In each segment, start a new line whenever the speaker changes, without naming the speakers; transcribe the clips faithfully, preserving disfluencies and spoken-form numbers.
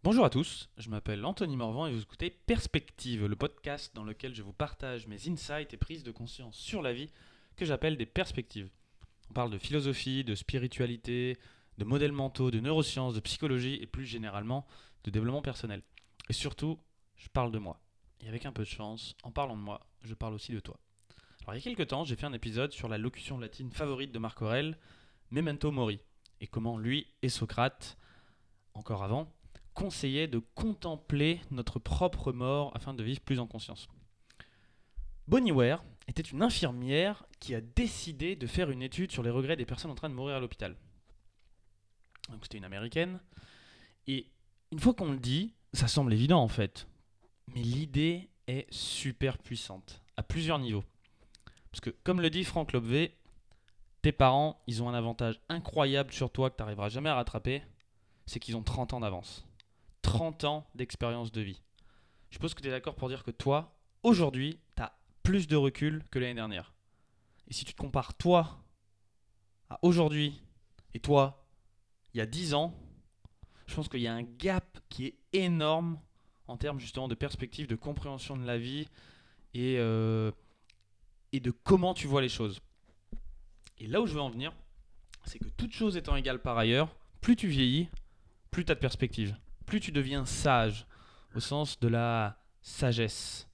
Bonjour à tous, je m'appelle Anthony Morvan et vous écoutez Perspective, le podcast dans lequel je vous partage mes insights et prises de conscience sur la vie que j'appelle des perspectives. On parle de philosophie, de spiritualité, de modèles mentaux, de neurosciences, de psychologie et plus généralement de développement personnel. Et surtout, je parle de moi. Et avec un peu de chance, en parlant de moi, je parle aussi de toi. Alors il y a quelques temps, j'ai fait un épisode sur la locution latine favorite de Marc Aurèle, Memento Mori, et comment lui et Socrate, encore avant, conseillait de contempler notre propre mort afin de vivre plus en conscience. Bonnie Ware était une infirmière qui a décidé de faire une étude sur les regrets des personnes en train de mourir à l'hôpital. Donc c'était une américaine. Et une fois qu'on le dit, ça semble évident en fait. Mais l'idée est super puissante, à plusieurs niveaux. Parce que comme le dit Frank Lobvé, tes parents, ils ont un avantage incroyable sur toi que tu n'arriveras jamais à rattraper, c'est qu'ils ont trente ans d'avance. trente ans d'expérience de vie. Je suppose que tu es d'accord pour dire que toi, aujourd'hui, tu as plus de recul que l'année dernière. Et si tu te compares toi à aujourd'hui et toi, il y a dix ans, je pense qu'il y a un gap qui est énorme en termes justement de perspective, de compréhension de la vie et, euh, et de comment tu vois les choses. Et là où je veux en venir, c'est que toutes choses étant égales par ailleurs, plus tu vieillis, plus tu as de perspective. Plus tu deviens sage, au sens de la sagesse.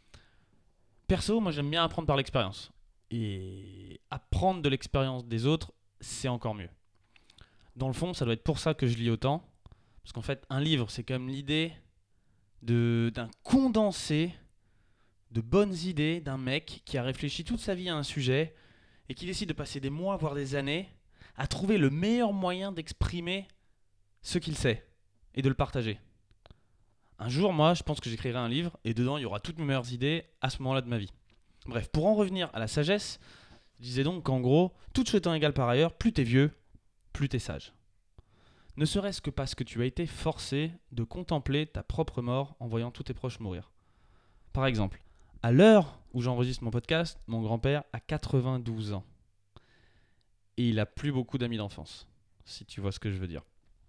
Perso, moi j'aime bien apprendre par l'expérience. Et apprendre de l'expérience des autres, c'est encore mieux. Dans le fond, ça doit être pour ça que je lis autant. Parce qu'en fait, un livre, c'est quand même l'idée de, d'un condensé de bonnes idées d'un mec qui a réfléchi toute sa vie à un sujet et qui décide de passer des mois, voire des années, à trouver le meilleur moyen d'exprimer ce qu'il sait et de le partager. Un jour, moi, je pense que j'écrirai un livre et dedans, il y aura toutes mes meilleures idées à ce moment-là de ma vie. Bref, pour en revenir à la sagesse, je disais donc qu'en gros, toutes choses étant égales par ailleurs, plus t'es vieux, plus t'es sage. Ne serait-ce que parce que tu as été forcé de contempler ta propre mort en voyant tous tes proches mourir. Par exemple, à l'heure où j'enregistre mon podcast, mon grand-père a quatre-vingt-douze ans. Et il a plus beaucoup d'amis d'enfance, si tu vois ce que je veux dire.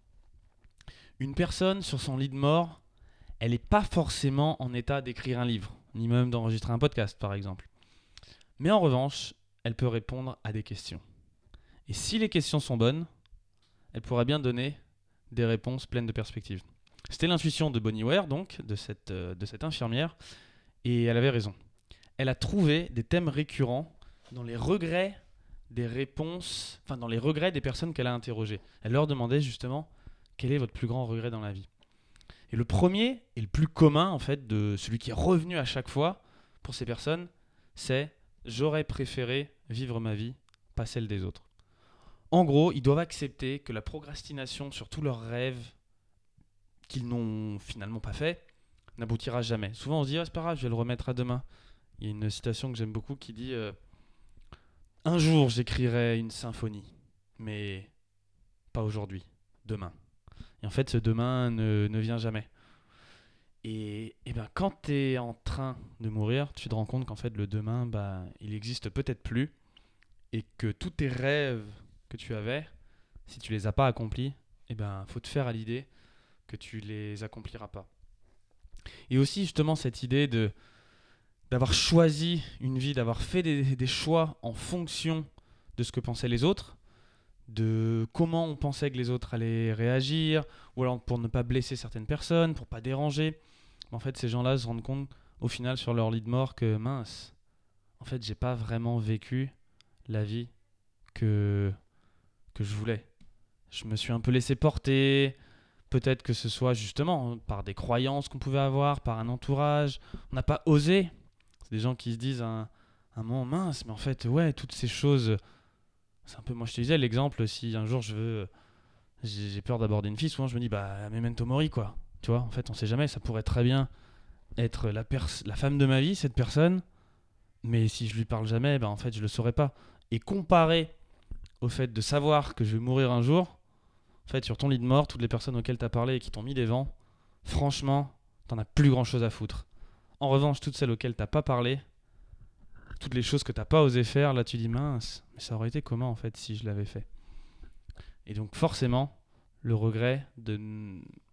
Une personne sur son lit de mort, elle n'est pas forcément en état d'écrire un livre, ni même d'enregistrer un podcast par exemple. Mais en revanche, elle peut répondre à des questions. Et si les questions sont bonnes, elle pourra bien donner des réponses pleines de perspectives. C'était l'intuition de Bonnie Ware, donc, de cette, euh, de cette infirmière, et elle avait raison. Elle a trouvé des thèmes récurrents dans les regrets des réponses, enfin dans les regrets des personnes qu'elle a interrogées. Elle leur demandait justement quel est votre plus grand regret dans la vie. Et le premier et le plus commun, en fait, de celui qui est revenu à chaque fois pour ces personnes, c'est j'aurais préféré vivre ma vie, pas celle des autres. En gros, ils doivent accepter que la procrastination sur tous leurs rêves qu'ils n'ont finalement pas fait n'aboutira jamais. Souvent, on se dit ah, c'est pas grave, je vais le remettre à demain. Il y a une citation que j'aime beaucoup qui dit euh, un jour j'écrirai une symphonie, mais pas aujourd'hui, demain. Et en fait, ce demain ne, ne vient jamais. Et, et ben, quand tu es en train de mourir, tu te rends compte qu'en fait, le demain, bah, il existe peut-être plus. Et que tous tes rêves que tu avais, si tu les as pas accomplis, eh ben, faut te faire à l'idée que tu les accompliras pas. Et aussi, justement, cette idée de, d'avoir choisi une vie, d'avoir fait des, des choix en fonction de ce que pensaient les autres, de comment on pensait que les autres allaient réagir, ou alors pour ne pas blesser certaines personnes, pour pas déranger. En fait, ces gens-là se rendent compte, au final, sur leur lit de mort, que mince, en fait, j'ai pas vraiment vécu la vie que, que je voulais. Je me suis un peu laissé porter, peut-être que ce soit justement par des croyances qu'on pouvait avoir, par un entourage. On n'a pas osé. C'est des gens qui se disent un, un moment mince, mais en fait, ouais, toutes ces choses. C'est un peu, moi je te disais, l'exemple, si un jour je veux. J'ai, j'ai peur d'aborder une fille, souvent je me dis, bah, memento mori, quoi. Tu vois, en fait, on sait jamais, ça pourrait très bien être la, pers- la femme de ma vie, cette personne, mais si je lui parle jamais, bah, en fait, je le saurais pas. Et comparer au fait de savoir que je vais mourir un jour, en fait, sur ton lit de mort, toutes les personnes auxquelles tu as parlé et qui t'ont mis des vents, franchement, t'en as plus grand chose à foutre. En revanche, toutes celles auxquelles t'as pas parlé, toutes les choses que t'as pas osé faire, là tu dis mince, mais ça aurait été comment en fait si je l'avais fait. Et donc forcément, le regret de,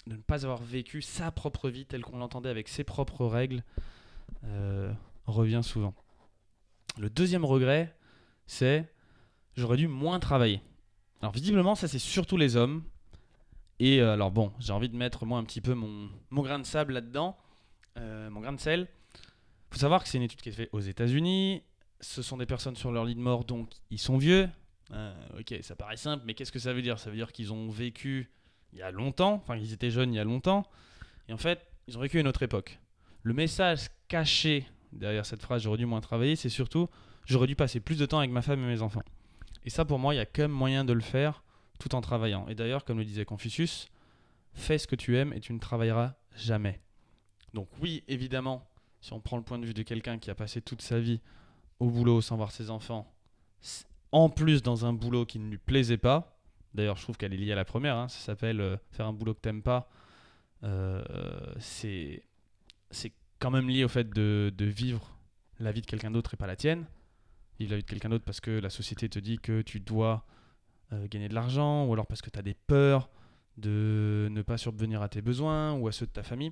de ne pas avoir vécu sa propre vie telle qu'on l'entendait avec ses propres règles euh, revient souvent. Le deuxième regret, c'est j'aurais dû moins travailler. Alors visiblement, ça c'est surtout les hommes. Et euh, alors bon, j'ai envie de mettre moi un petit peu mon, mon grain de sable là-dedans, euh, mon grain de sel. Il faut savoir que c'est une étude qui est faite aux États-Unis. Ce sont des personnes sur leur lit de mort, donc ils sont vieux. Euh, ok, ça paraît simple, mais qu'est-ce que ça veut dire? Ça veut dire qu'ils ont vécu il y a longtemps, enfin ils étaient jeunes il y a longtemps, et en fait, ils ont vécu une autre époque. Le message caché derrière cette phrase j'aurais dû moins travailler, c'est surtout j'aurais dû passer plus de temps avec ma femme et mes enfants. Et ça pour moi, il y a quand même moyen de le faire tout en travaillant. Et d'ailleurs, comme le disait Confucius, fais ce que tu aimes et tu ne travailleras jamais. Donc oui, évidemment, si on prend le point de vue de quelqu'un qui a passé toute sa vie au boulot sans voir ses enfants, en plus dans un boulot qui ne lui plaisait pas, d'ailleurs je trouve qu'elle est liée à la première, hein, ça s'appelle euh, faire un boulot que t'aimes pas, euh, c'est, c'est quand même lié au fait de, de vivre la vie de quelqu'un d'autre et pas la tienne. Vivre la vie de quelqu'un d'autre parce que la société te dit que tu dois euh, gagner de l'argent, ou alors parce que tu as des peurs de ne pas subvenir à tes besoins ou à ceux de ta famille.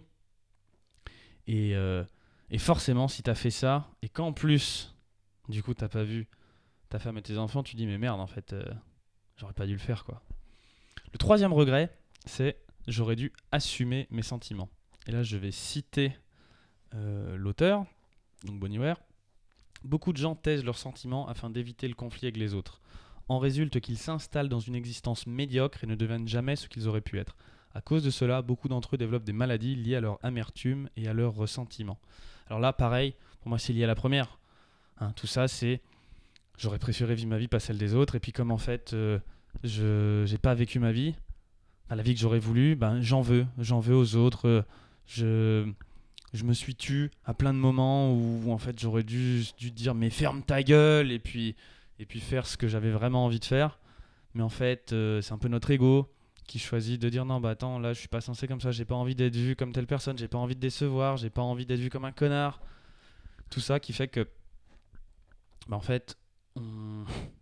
Et, euh, et forcément, si tu as fait ça, et qu'en plus, du coup, tu n'as pas vu ta femme et tes enfants, tu dis mais merde, en fait, euh, j'aurais pas dû le faire, quoi. Le troisième regret, c'est j'aurais dû assumer mes sentiments. Et là, je vais citer euh, l'auteur, donc Bon Iver. Beaucoup de gens taisent leurs sentiments afin d'éviter le conflit avec les autres. En résulte qu'ils s'installent dans une existence médiocre et ne deviennent jamais ce qu'ils auraient pu être. À cause de cela, beaucoup d'entre eux développent des maladies liées à leur amertume et à leur ressentiment. Alors là, pareil, pour moi, c'est lié à la première. Hein, tout ça, c'est j'aurais préféré vivre ma vie, pas celle des autres. Et puis comme en fait, euh, je n'ai pas vécu ma vie, à la vie que j'aurais voulu, ben, j'en veux. J'en veux aux autres. Euh, je, je me suis tu à plein de moments où, où en fait, j'aurais dû, dû dire mais ferme ta gueule et puis, et puis faire ce que j'avais vraiment envie de faire. Mais en fait, euh, c'est un peu notre ego qui choisit de dire non, bah attends, là, je suis pas censé comme ça. J'ai pas envie d'être vu comme telle personne. J'ai pas envie de décevoir. J'ai pas envie d'être vu comme un connard. Tout ça qui fait que, bah en fait, on,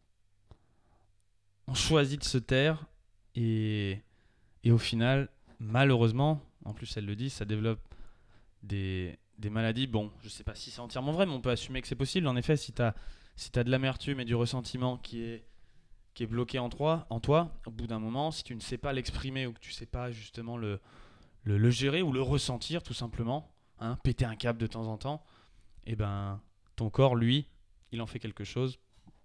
on choisit de se taire et, et au final, malheureusement, en plus elle le dit, ça développe des, des maladies. Bon, je sais pas si c'est entièrement vrai, mais on peut assumer que c'est possible. En effet, si tu as si t'as de l'amertume et du ressentiment qui est, qui est bloqué en toi, en toi, au bout d'un moment, si tu ne sais pas l'exprimer ou que tu sais pas justement le, le, le gérer ou le ressentir tout simplement, hein, péter un câble de temps en temps, et ben ton corps, lui, il en fait quelque chose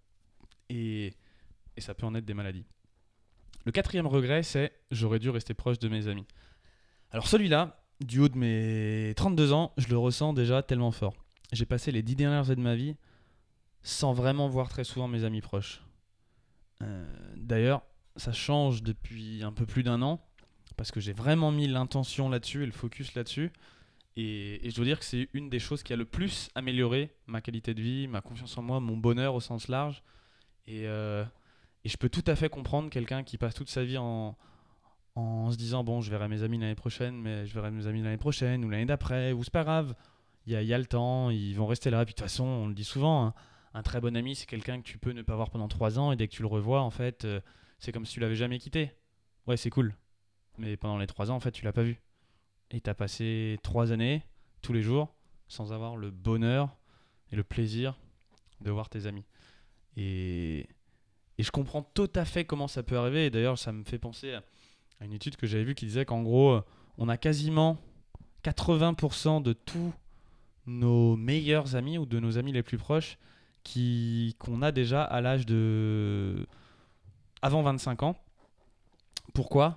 et, et ça peut en être des maladies. Le quatrième regret, c'est j'aurais dû rester proche de mes amis. Alors celui-là, du haut de mes trente-deux ans, je le ressens déjà tellement fort. J'ai passé les dix dernières années de ma vie sans vraiment voir très souvent mes amis proches. Euh, d'ailleurs, ça change depuis un peu plus d'un an parce que j'ai vraiment mis l'intention là-dessus et le focus là-dessus. Et, et je dois dire que c'est une des choses qui a le plus amélioré ma qualité de vie, ma confiance en moi, mon bonheur au sens large. Et, euh, et je peux tout à fait comprendre quelqu'un qui passe toute sa vie en, en se disant bon, je verrai mes amis l'année prochaine, mais je verrai mes amis l'année prochaine ou l'année d'après, ou c'est pas grave, il y a, y a le temps, ils vont rester là. Puis de toute façon, on le dit souvent, hein, un très bon ami, c'est quelqu'un que tu peux ne pas voir pendant trois ans et dès que tu le revois, en fait, euh, c'est comme si tu l'avais jamais quitté. Ouais, c'est cool, mais pendant les trois ans, en fait, tu l'as pas vu. Et tu as passé trois années, tous les jours, sans avoir le bonheur et le plaisir de voir tes amis. Et, et je comprends tout à fait comment ça peut arriver. Et d'ailleurs, ça me fait penser à, à une étude que j'avais vue qui disait qu'en gros, on a quasiment quatre-vingts pour cent de tous nos meilleurs amis ou de nos amis les plus proches qui, qu'on a déjà à l'âge de avant vingt-cinq ans. Pourquoi ?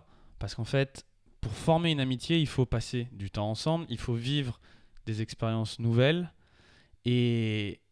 Parce qu'en fait, pour former une amitié, il faut passer du temps ensemble, il faut vivre des expériences nouvelles et,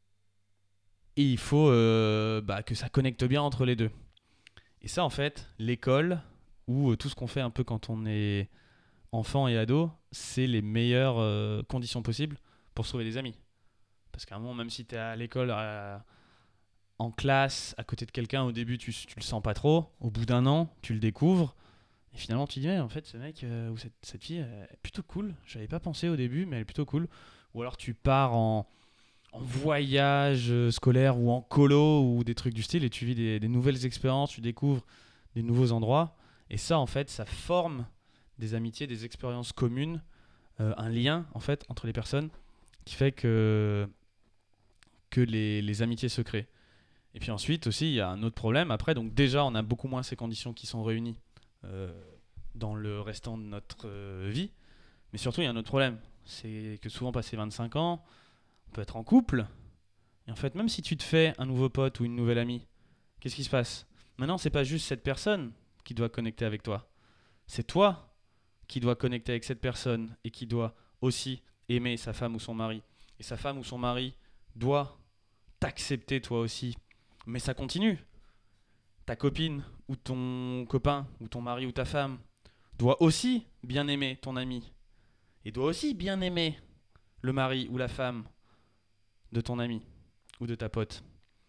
et il faut euh, bah, que ça connecte bien entre les deux. Et ça, en fait, l'école ou euh, tout ce qu'on fait un peu quand on est enfant et ado, c'est les meilleures euh, conditions possibles pour se trouver des amis. Parce qu'à un moment, même si tu es à l'école, à, en classe, à côté de quelqu'un, au début, tu, tu le sens pas trop. Au bout d'un an, tu le découvres. Et finalement, tu dis, ouais, en fait, ce mec euh, ou cette, cette fille euh, est plutôt cool. Je n'avais pas pensé au début, mais elle est plutôt cool. Ou alors tu pars en, en voyage euh, scolaire ou en colo ou des trucs du style et tu vis des, des nouvelles expériences, tu découvres des nouveaux endroits. Et ça, en fait, ça forme des amitiés, des expériences communes, euh, un lien en fait entre les personnes qui fait que, que les, les amitiés se créent. Et puis ensuite aussi, il y a un autre problème. Après, donc déjà, on a beaucoup moins ces conditions qui sont réunies euh, dans le restant de notre euh, vie. Mais surtout, il y a un autre problème. C'est que souvent, passé vingt-cinq ans, on peut être en couple. Et en fait, même si tu te fais un nouveau pote ou une nouvelle amie, qu'est-ce qui se passe? Maintenant, c'est pas juste cette personne qui doit connecter avec toi. C'est toi qui dois connecter avec cette personne et qui doit aussi aimer sa femme ou son mari. Et sa femme ou son mari doit t'accepter toi aussi. Mais ça continue. Ta copine ou ton copain ou ton mari ou ta femme doit aussi bien aimer ton ami. Et doit aussi bien aimer le mari ou la femme de ton ami ou de ta pote.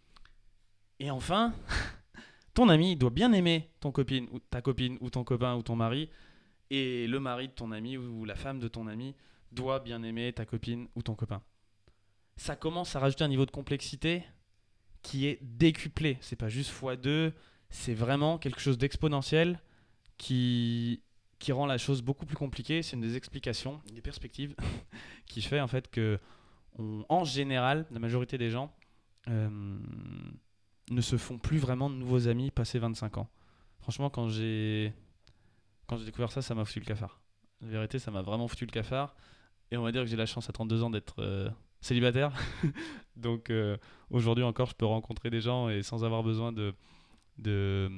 Et enfin, ton ami doit bien aimer ton copine ou ta copine ou ton copain ou ton mari. Et le mari de ton ami ou la femme de ton ami doit bien aimer ta copine ou ton copain. Ça commence à rajouter un niveau de complexité qui est décuplé. C'est pas juste fois deux, c'est vraiment quelque chose d'exponentiel qui, qui rend la chose beaucoup plus compliquée. C'est une des explications, des perspectives qui fait en fait que, on, en général, la majorité des gens euh, ne se font plus vraiment de nouveaux amis passé vingt-cinq ans. Franchement, quand j'ai, quand j'ai découvert ça, ça m'a foutu le cafard. La vérité, ça m'a vraiment foutu le cafard. Et on va dire que j'ai la chance à trente-deux ans d'être euh, célibataire. Donc euh, aujourd'hui encore, je peux rencontrer des gens et sans avoir besoin de, de,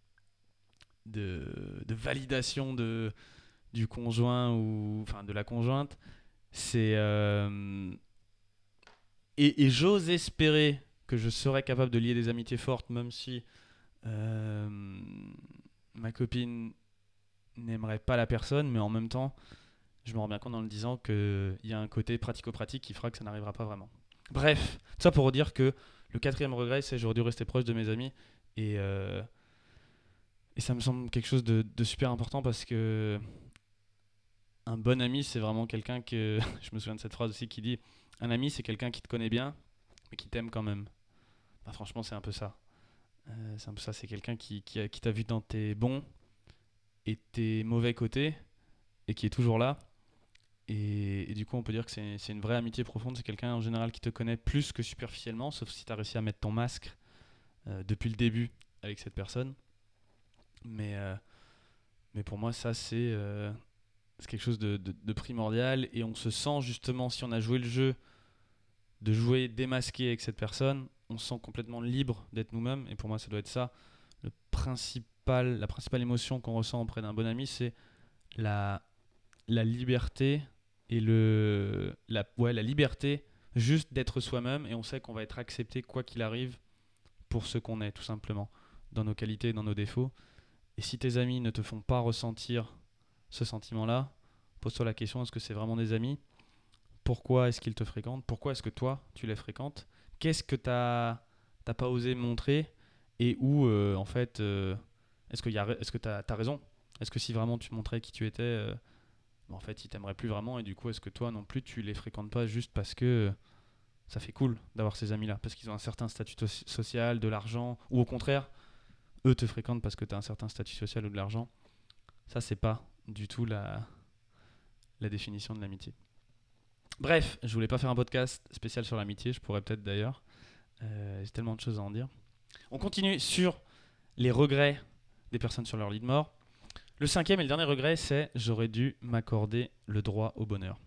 de, de validation de, du conjoint ou enfin de la conjointe. C'est euh, et, et j'ose espérer que je serai capable de lier des amitiés fortes, même si euh, ma copine n'aimerait pas la personne, mais en même temps, je me rends bien compte en le disant qu'il y a un côté pratico-pratique qui fera que ça n'arrivera pas vraiment. Bref, tout ça pour dire que le quatrième regret, c'est que j'aurais dû rester proche de mes amis. Et, euh, et ça me semble quelque chose de, de super important parce que un bon ami, c'est vraiment quelqu'un que... Je me souviens de cette phrase aussi qui dit un ami, c'est quelqu'un qui te connaît bien, mais qui t'aime quand même. Bah, franchement, c'est un peu ça. Euh, c'est un peu ça, c'est quelqu'un qui, qui, a- qui t'a vu dans tes bons et tes mauvais côtés et qui est toujours là. Et, et du coup, on peut dire que c'est, c'est une vraie amitié profonde. C'est quelqu'un en général qui te connaît plus que superficiellement, sauf si tu as réussi à mettre ton masque euh, depuis le début avec cette personne. Mais, euh, mais pour moi, ça, c'est, euh, c'est quelque chose de, de- de primordial. Et on se sent justement, si on a joué le jeu, de jouer démasqué avec cette personne, on se sent complètement libre d'être nous-mêmes. Et pour moi, ça doit être ça. Le principal, la principale émotion qu'on ressent auprès d'un bon ami, c'est la, la liberté et le, la, ouais, la liberté juste d'être soi-même. Et on sait qu'on va être accepté quoi qu'il arrive pour ce qu'on est, tout simplement, dans nos qualités et dans nos défauts. Et si tes amis ne te font pas ressentir ce sentiment-là, pose-toi la question, est-ce que c'est vraiment des amis? Pourquoi est-ce qu'ils te fréquentent? Pourquoi est-ce que toi, tu les fréquentes? Qu'est-ce que t'as, t'as pas osé montrer? Et où, euh, en fait, euh, est-ce que, y a, est-ce que t'as, t'as raison? Est-ce que si vraiment tu montrais qui tu étais, euh, en fait, ils t'aimeraient plus vraiment? Et du coup, est-ce que toi non plus, tu les fréquentes pas juste parce que ça fait cool d'avoir ces amis-là? Parce qu'ils ont un certain statut to- social, de l'argent, ou au contraire, eux te fréquentent parce que tu as un certain statut social ou de l'argent. Ça, c'est pas du tout la, la définition de l'amitié. Bref, je voulais pas faire un podcast spécial sur l'amitié, je pourrais peut-être d'ailleurs. Euh, j'ai tellement de choses à en dire. On continue sur les regrets des personnes sur leur lit de mort. Le cinquième et le dernier regret, c'est j'aurais dû m'accorder le droit au bonheur.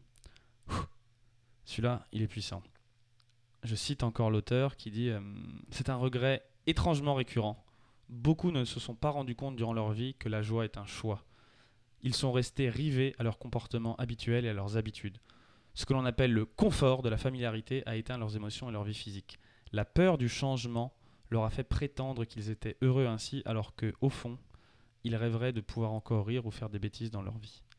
Celui-là, il est puissant. Je cite encore l'auteur qui dit euh, c'est un regret étrangement récurrent. Beaucoup ne se sont pas rendus compte durant leur vie que la joie est un choix. Ils sont restés rivés à leur comportement habituel et à leurs habitudes. Ce que l'on appelle le confort de la familiarité a éteint leurs émotions et leur vie physique. La peur du changement leur a fait prétendre qu'ils étaient heureux ainsi, alors que, au fond, ils rêveraient de pouvoir encore rire ou faire des bêtises dans leur vie.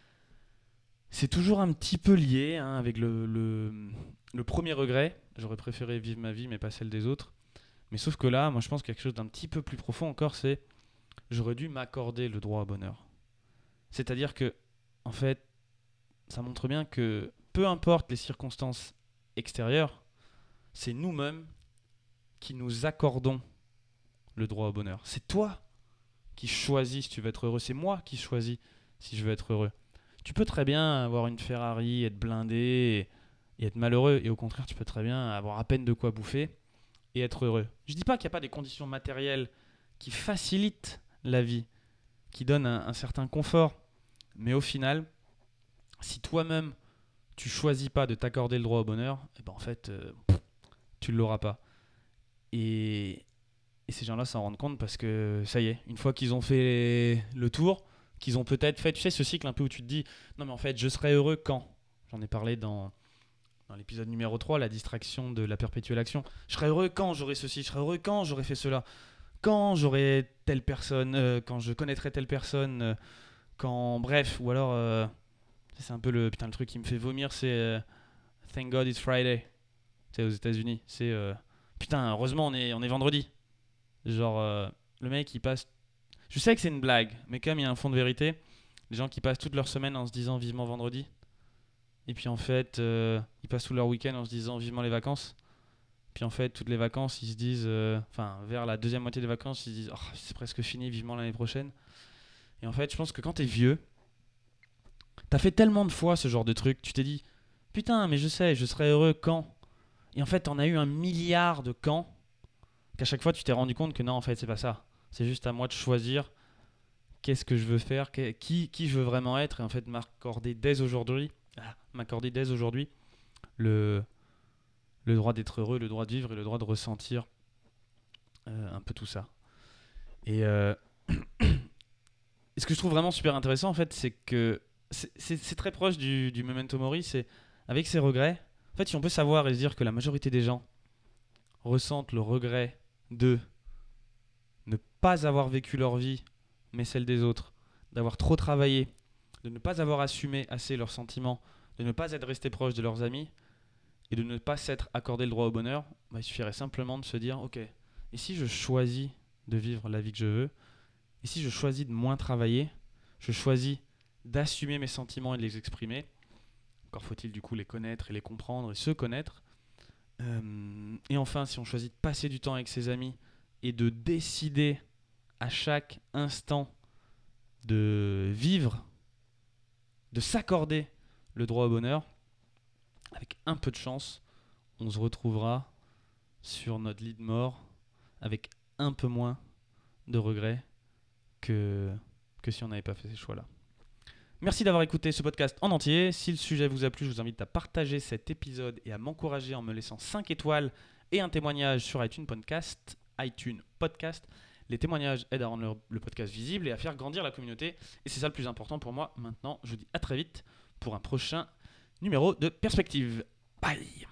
C'est toujours un petit peu lié hein, avec le, le, le premier regret. J'aurais préféré vivre ma vie, mais pas celle des autres. Mais sauf que là, moi je pense qu'il y a quelque chose d'un petit peu plus profond encore, c'est j'aurais dû m'accorder le droit au bonheur. C'est-à-dire que, en fait, ça montre bien que peu importe les circonstances extérieures, c'est nous-mêmes qui nous accordons le droit au bonheur. C'est toi qui choisis si tu veux être heureux. C'est moi qui choisis si je veux être heureux. Tu peux très bien avoir une Ferrari, être blindé et, et être malheureux. Et au contraire, tu peux très bien avoir à peine de quoi bouffer et être heureux. Je dis pas qu'il n'y a pas des conditions matérielles qui facilitent la vie, qui donnent un, un certain confort. Mais au final, si toi-même, tu choisis pas de t'accorder le droit au bonheur, eh ben en fait, euh, tu ne l'auras pas. Et, et ces gens-là s'en rendent compte parce que ça y est, une fois qu'ils ont fait le tour, qu'ils ont peut-être fait, tu sais, ce cycle un peu où tu te dis, non mais en fait, je serai heureux quand. J'en ai parlé dans, dans l'épisode numéro trois, la distraction de la perpétuelle action. Je serai heureux quand j'aurai ceci, je serai heureux quand j'aurai fait cela, quand j'aurai telle personne, euh, quand je connaîtrai telle personne, euh, quand, bref, ou alors, euh, c'est un peu le, putain, le truc qui me fait vomir, c'est euh, Thank God it's Friday. C'est aux États-Unis. C'est euh, putain, heureusement on est, on est vendredi. Genre, euh, le mec il passe. Je sais que c'est une blague, mais comme il y a un fond de vérité, les gens qui passent toute leur semaine en se disant vivement vendredi, et puis en fait, euh, ils passent tout leur week-end en se disant vivement les vacances. Puis en fait, toutes les vacances, ils se disent, euh, enfin, vers la deuxième moitié des vacances, ils se disent, oh, c'est presque fini, vivement l'année prochaine. Et en fait, je pense que quand t'es vieux, t'as fait tellement de fois ce genre de truc, tu t'es dit, putain, mais je sais, je serai heureux quand. Et en fait, t'en as eu un milliard de quand, qu'à chaque fois, tu t'es rendu compte que non, en fait, c'est pas ça. C'est juste à moi de choisir qu'est-ce que je veux faire, qui, qui je veux vraiment être, et en fait, m'accorder dès aujourd'hui, ah, m'accorder dès aujourd'hui le, le droit d'être heureux, le droit de vivre et le droit de ressentir euh, un peu tout ça. Et, euh, et ce que je trouve vraiment super intéressant, en fait, c'est que c'est, c'est, c'est très proche du, du memento mori, c'est avec ses regrets. En fait, si on peut savoir et se dire que la majorité des gens ressentent le regret de ne pas avoir vécu leur vie, mais celle des autres, d'avoir trop travaillé, de ne pas avoir assumé assez leurs sentiments, de ne pas être resté proche de leurs amis et de ne pas s'être accordé le droit au bonheur, bah, il suffirait simplement de se dire, ok, et si je choisis de vivre la vie que je veux, et si je choisis de moins travailler, je choisis d'assumer mes sentiments et de les exprimer, encore faut-il du coup les connaître et les comprendre et se connaître. Euh, et enfin, si on choisit de passer du temps avec ses amis et de décider à chaque instant de vivre, de s'accorder le droit au bonheur, avec un peu de chance, on se retrouvera sur notre lit de mort avec un peu moins de regrets que, que si on n'avait pas fait ces choix-là. Merci d'avoir écouté ce podcast en entier. Si le sujet vous a plu, je vous invite à partager cet épisode et à m'encourager en me laissant cinq étoiles et un témoignage sur iTunes Podcast. iTunes Podcast. Les témoignages aident à rendre le podcast visible et à faire grandir la communauté. Et c'est ça le plus important pour moi. Maintenant, je vous dis à très vite pour un prochain numéro de Perspective. Bye.